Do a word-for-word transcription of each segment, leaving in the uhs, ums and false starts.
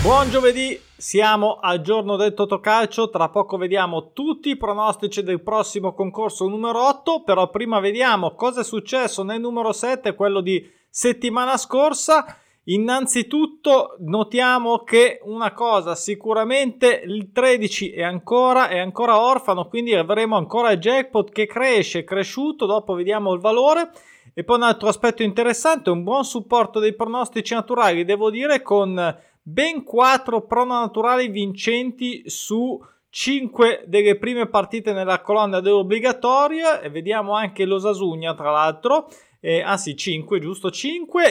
Buon giovedì, siamo al giorno del Totocalcio, tra poco vediamo tutti i pronostici del prossimo concorso numero otto, però prima vediamo cosa è successo nel numero sette, quello di settimana scorsa. Innanzitutto notiamo che una cosa, sicuramente il tredici è ancora, è ancora orfano, quindi avremo ancora il jackpot che cresce, è cresciuto, dopo vediamo il valore. E poi un altro aspetto interessante, un buon supporto dei pronostici naturali, devo dire, con ben quattro prono naturali vincenti su cinque delle prime partite nella colonna dell'obbligatoria, e vediamo anche l'Osasuna tra l'altro, eh, ah sì, cinque, giusto, cinque.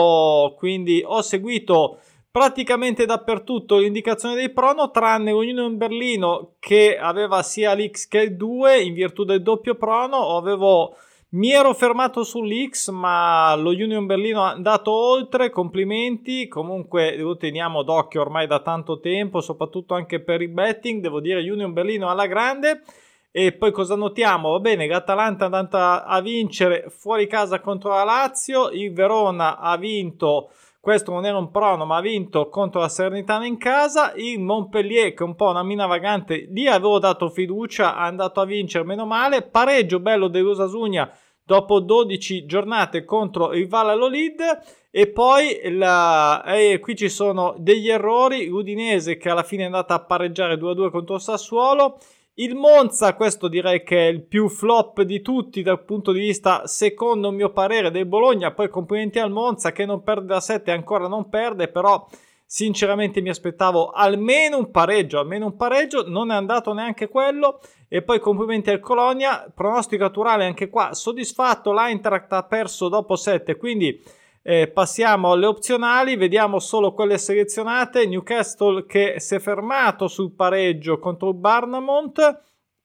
Io quindi ho seguito praticamente dappertutto l'indicazione dei prono, tranne l'Union Berlino che aveva sia l'X che il due in virtù del doppio prono. Avevo Mi ero fermato sull'X, ma lo Union Berlino è andato oltre, complimenti, comunque lo teniamo d'occhio ormai da tanto tempo, soprattutto anche per i betting, devo dire Union Berlino alla grande. E poi cosa notiamo? Va bene, l'Atalanta è andata a vincere fuori casa contro la Lazio, il Verona ha vinto, questo non era un prono, ma ha vinto contro la Salernitana in casa, il Montpellier che è un po' una mina vagante, lì avevo dato fiducia, è andato a vincere meno male, pareggio bello dell'Osasuna dopo dodici giornate contro il Valladolid. E poi la, eh, qui ci sono degli errori, l'Udinese che alla fine è andata a pareggiare due a due contro il Sassuolo, il Monza, questo direi che è il più flop di tutti dal punto di vista, secondo mio parere, del Bologna. Poi complimenti al Monza che non perde da sette, ancora non perde, però sinceramente mi aspettavo almeno un pareggio, almeno un pareggio, non è andato neanche quello. E poi complimenti al Colonia, pronostico naturale anche qua soddisfatto, l'Eintracht ha perso dopo sette, quindi eh, passiamo alle opzionali, vediamo solo quelle selezionate. Newcastle che si è fermato sul pareggio contro il Bournemouth,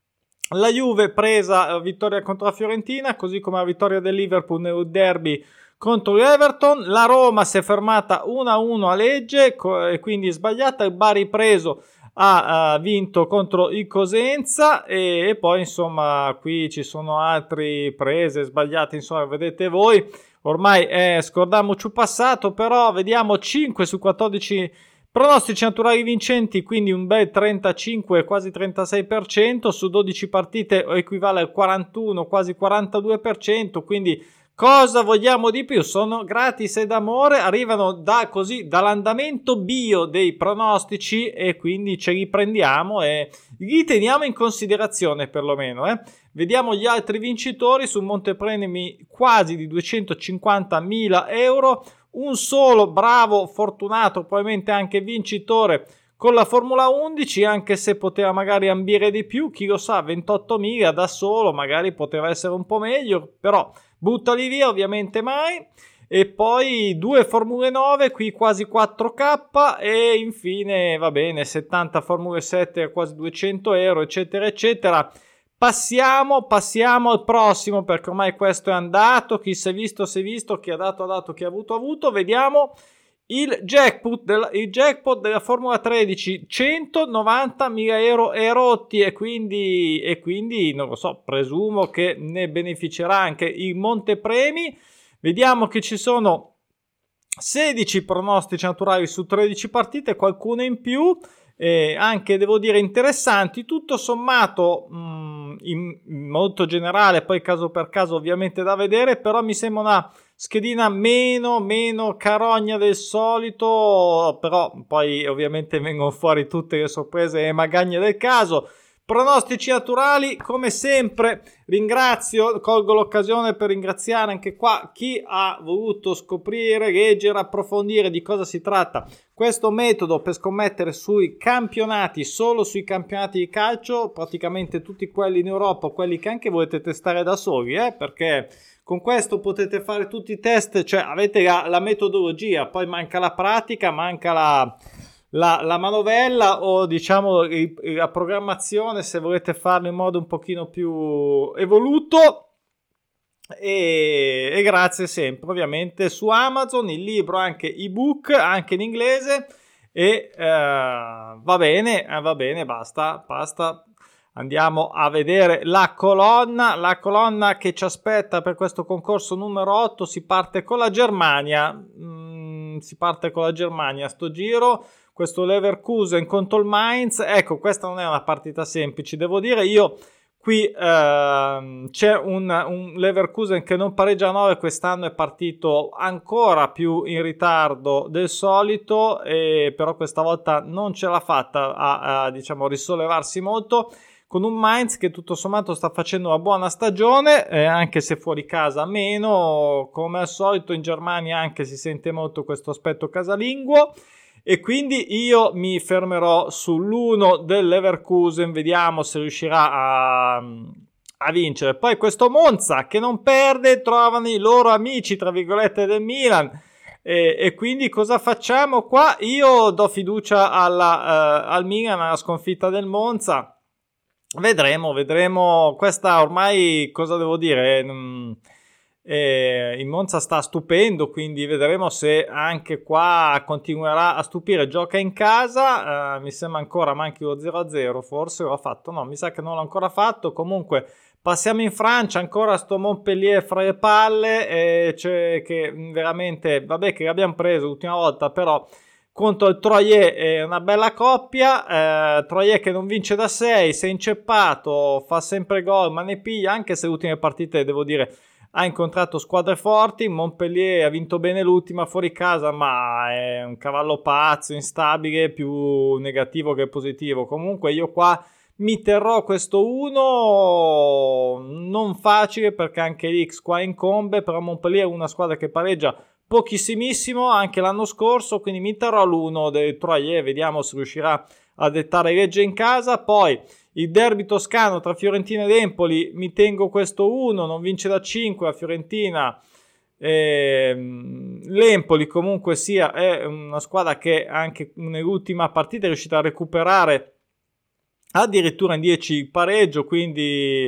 la Juve presa la vittoria contro la Fiorentina, così come la vittoria del Liverpool nel derby contro l'Everton. La Roma si è fermata uno a uno a Lecce e quindi sbagliata. Il Bari preso ha, ha vinto contro il Cosenza, e, e poi insomma qui ci sono altri prese sbagliate, insomma vedete voi, ormai è scordamoci passato, però vediamo cinque su quattordici pronostici naturali vincenti, quindi un bel trentacinque, quasi trentasei per cento, su dodici partite equivale al quarantuno, quasi quarantadue per cento, quindi cosa vogliamo di più? Sono gratis ed amore, arrivano da così dall'andamento bio dei pronostici e quindi ce li prendiamo e li teniamo in considerazione perlomeno. Eh. Vediamo gli altri vincitori su montepremi quasi di duecentocinquantamila euro, un solo bravo fortunato, probabilmente anche vincitore con la Formula undici, anche se poteva magari ambire di più, chi lo sa, ventottomila da solo, magari poteva essere un po' meglio, però buttali via, ovviamente mai. E poi due Formule nove, qui quasi quattro K, e infine va bene, settanta Formule sette a quasi duecento euro, eccetera eccetera. Passiamo, passiamo al prossimo, perché ormai questo è andato, chi si è visto si è visto, chi ha dato ha dato, chi ha avuto ha avuto. Vediamo il jackpot della, il jackpot della Formula tredici, centonovantamila euro e rotti, e quindi, e quindi non lo so, presumo che ne beneficerà anche il montepremi. Vediamo che ci sono sedici pronostici naturali su tredici partite, qualcuno in più, eh, anche devo dire interessanti, tutto sommato mh, in, in molto generale, poi caso per caso ovviamente da vedere, però mi sembra una schedina meno, meno carogna del solito, però poi ovviamente vengono fuori tutte le sorprese e magagne del caso. Pronostici naturali, come sempre ringrazio, colgo l'occasione per ringraziare anche qua chi ha voluto scoprire, leggere, approfondire di cosa si tratta questo metodo per scommettere sui campionati, solo sui campionati di calcio, praticamente tutti quelli in Europa, quelli che anche volete testare da soli, eh, perché con questo potete fare tutti i test, cioè avete la, la metodologia, poi manca la pratica, manca la... La, la manovella o diciamo la programmazione, se volete farlo in modo un pochino più evoluto. E, e grazie sempre ovviamente su Amazon il libro, anche ebook, anche in inglese. E eh, va bene, eh, va bene, basta, basta. Andiamo a vedere la colonna, la colonna che ci aspetta per questo concorso numero otto. Si parte con la Germania. Mm, mh, si parte con la Germania sto giro, questo Leverkusen contro il Mainz. Ecco, questa non è una partita semplice, devo dire. Io qui ehm, c'è un, un Leverkusen che non pareggia a nove, quest'anno è partito ancora più in ritardo del solito, e però questa volta non ce l'ha fatta a, a diciamo risollevarsi molto, con un Mainz che tutto sommato sta facendo una buona stagione, eh, anche se fuori casa meno, come al solito in Germania anche si sente molto questo aspetto casalingo. E quindi io mi fermerò sull'uno del Leverkusen, vediamo se riuscirà a, a vincere. Poi questo Monza che non perde, trovano i loro amici tra virgolette del Milan, e, e quindi cosa facciamo qua? Io do fiducia alla, uh, al Milan, alla sconfitta del Monza. Vedremo, vedremo. Questa ormai, cosa devo dire? Mm, Eh, il Monza sta stupendo, quindi vedremo se anche qua continuerà a stupire. Gioca in casa, eh, mi sembra ancora manchi lo zero a zero, forse l'ha fatto, no, mi sa che non l'ha ancora fatto. Comunque passiamo in Francia, ancora sto Montpellier fra le palle, eh, cioè che veramente, vabbè, che l'abbiamo preso l'ultima volta, però contro il Troyes è una bella coppia. eh, Troyes che non vince da sei, si è inceppato, fa sempre gol ma ne piglia, anche se le ultime partite devo dire ha incontrato squadre forti. Montpellier ha vinto bene l'ultima fuori casa, ma è un cavallo pazzo, instabile, più negativo che positivo. Comunque io qua mi terrò questo uno, non facile perché anche l'X qua incombe, però Montpellier è una squadra che pareggia pochissimissimo anche l'anno scorso, quindi mi terrò l'uno del Troyes, vediamo se riuscirà a dettare legge in casa. Poi il derby toscano tra Fiorentina ed Empoli, mi tengo questo uno, non vince da cinque la Fiorentina. Ehm, L'Empoli comunque sia è una squadra che anche nell'ultima partita è riuscita a recuperare addirittura in dieci pareggio, quindi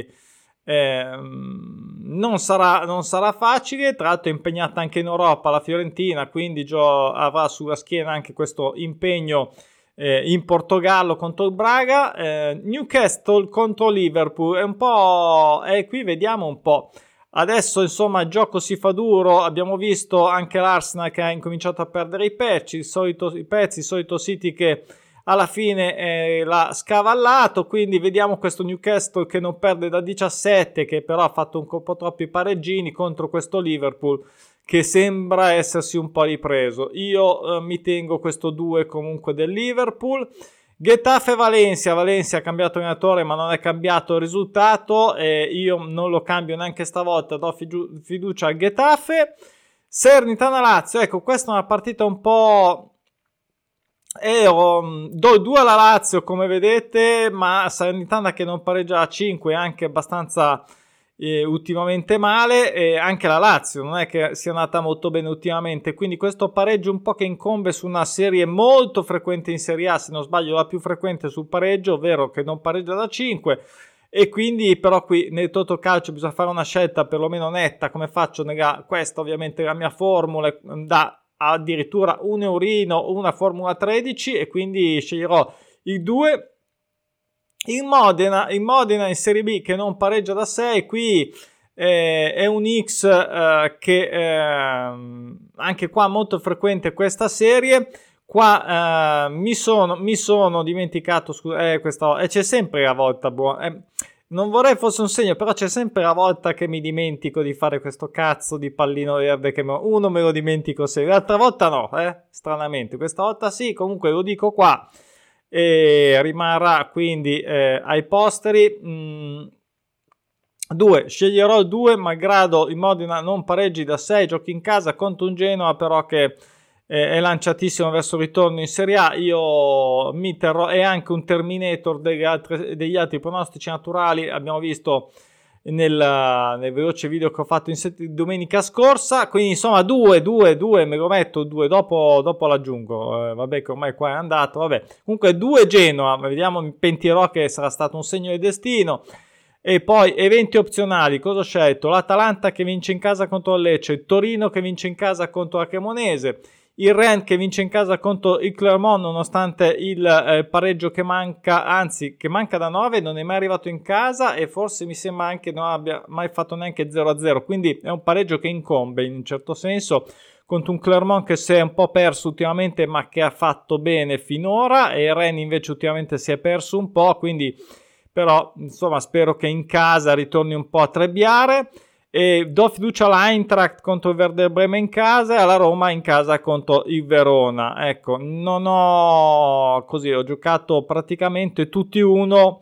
ehm, non sarà, non sarà facile. Tra l'altro è impegnata anche in Europa la Fiorentina, quindi Gio avrà sulla schiena anche questo impegno Eh, in Portogallo contro il Braga. eh, Newcastle contro Liverpool è un po', e eh, qui vediamo un po'. Adesso insomma il gioco si fa duro, abbiamo visto anche l'Arsenal che ha incominciato a perdere i pezzi, il solito, i pezzi, il solito City che alla fine eh, l'ha scavallato, quindi vediamo questo Newcastle che non perde da diciassette, che però ha fatto un po' troppi pareggini contro questo Liverpool che sembra essersi un po' ripreso. Io eh, mi tengo questo due comunque del Liverpool. Getafe Valencia, Valencia ha cambiato allenatore ma non è cambiato il risultato, e io non lo cambio neanche stavolta, do fidu- fiducia al Getafe. Salernitana Lazio, ecco questa è una partita un po'... Eh, oh, do due alla Lazio come vedete, ma Salernitana che non pareggia a cinque è anche abbastanza... Eh, ultimamente male, e anche la Lazio non è che sia andata molto bene ultimamente, quindi questo pareggio un po' che incombe su una serie molto frequente in Serie A, se non sbaglio la più frequente sul pareggio, ovvero che non pareggia da cinque, e quindi però qui nel Totocalcio bisogna fare una scelta perlomeno netta. Come faccio? Nega, questa ovviamente è la mia formula da addirittura un eurino, una formula tredici, e quindi sceglierò il due. Il Modena, il Modena in Serie B che non pareggia da sei, qui eh, è un X eh, che eh, anche qua molto frequente questa serie. Qua eh, mi, sono, mi sono dimenticato, scusa, eh, questa, eh, c'è sempre la volta buona, eh, non vorrei fosse un segno, però c'è sempre la volta che mi dimentico di fare questo cazzo di pallino verde, che uno me lo dimentico sempre, l'altra volta no, eh, stranamente, questa volta sì, comunque lo dico qua. E rimarrà quindi eh, ai posteri. due, sceglierò il due malgrado il Modena non pareggi da sei, giochi in casa contro un Genoa però che eh, è lanciatissimo verso il ritorno in Serie A. Io mi terrò, è anche un Terminator degli altri, degli altri pronostici naturali, abbiamo visto nel, nel veloce video che ho fatto in set- domenica scorsa, quindi insomma due, due, due, me lo metto due, dopo, dopo l'aggiungo, eh, vabbè che ormai qua è andato, vabbè, comunque due Genoa, vediamo, mi pentirò che sarà stato un segno di destino. E poi eventi opzionali, cosa ho scelto? L'Atalanta che vince in casa contro il Lecce, il Torino che vince in casa contro la Cremonese, il Rennes che vince in casa contro il Clermont nonostante il eh, pareggio che manca, anzi che manca da nove, non è mai arrivato in casa e forse mi sembra anche non abbia mai fatto neanche zero a zero, quindi è un pareggio che incombe in un certo senso contro un Clermont che si è un po' perso ultimamente ma che ha fatto bene finora, e il Rennes invece ultimamente si è perso un po', quindi però insomma spero che in casa ritorni un po' a trebbiare. E do fiducia all'Eintracht contro il Werder Bremen in casa e alla Roma in casa contro il Verona. Ecco, non ho così, ho giocato praticamente tutti uno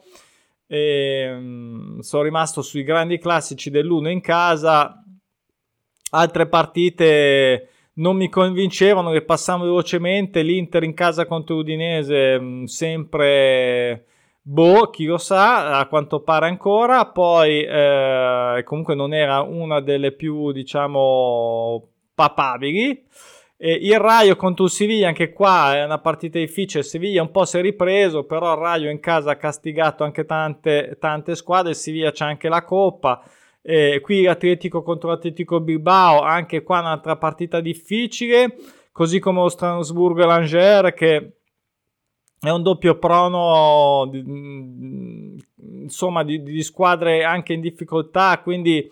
e sono rimasto sui grandi classici dell'uno in casa. Altre partite non mi convincevano, che passavano velocemente. L'Inter in casa contro Udinese sempre boh, chi lo sa, a quanto pare ancora. Poi eh, comunque non era una delle più, diciamo, papabili. E il Raio contro il Siviglia, anche qua è una partita difficile. Il Siviglia un po' si è ripreso, però il Raio in casa ha castigato anche tante, tante squadre. Il Siviglia c'è anche la Coppa. E qui Atletico contro Atletico Bilbao, anche qua un'altra partita difficile, così come lo Strasburgo e l'Angers, che è un doppio prono di, insomma di, di squadre anche in difficoltà, quindi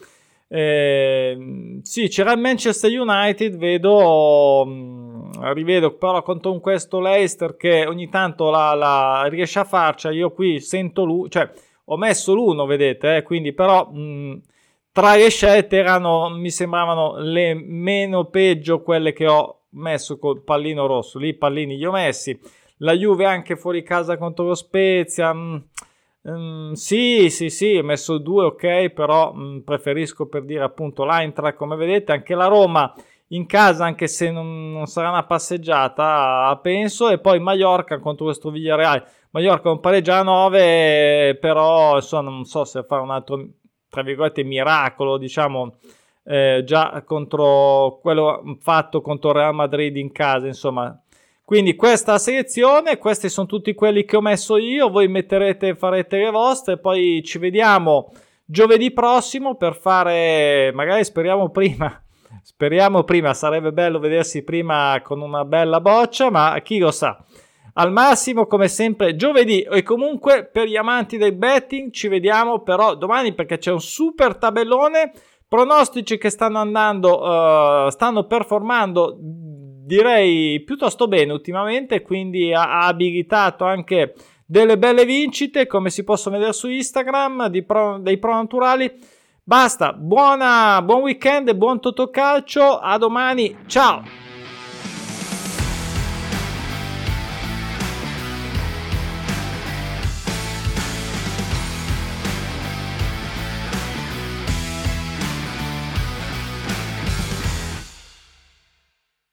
eh, sì, c'era il Manchester United, vedo rivedo però contro questo Leicester che ogni tanto la, la riesce a farci. Io qui sento lui, cioè ho messo l'uno, vedete, eh, quindi però mh, tra le scelte erano, mi sembravano le meno peggio quelle che ho messo col pallino rosso. Lì i pallini li ho messi. La Juve anche fuori casa contro lo Spezia, mm, mm, sì sì sì, ho messo due, ok, però mm, preferisco, per dire appunto, l'Eintracht, come vedete. Anche la Roma in casa, anche se non, non sarà una passeggiata, penso. E poi Mallorca contro questo Villarreal. Mallorca un pareggio a nove, però insomma non so se fare un altro, tra virgolette, miracolo, diciamo, eh, già contro quello fatto contro il Real Madrid in casa, insomma. Quindi questa selezione, questi sono tutti quelli che ho messo io, voi metterete, farete le vostre, poi ci vediamo giovedì prossimo per fare, magari speriamo prima, speriamo prima, sarebbe bello vedersi prima con una bella boccia, ma chi lo sa. Al massimo, come sempre, giovedì. E comunque per gli amanti del betting ci vediamo però domani, perché c'è un super tabellone, pronostici che stanno andando, uh, stanno performando direi piuttosto bene ultimamente, quindi ha, ha abilitato anche delle belle vincite, come si possono vedere su Instagram, di pro, dei pro naturali. Basta, buona, buon weekend e buon Totocalcio, a domani, ciao!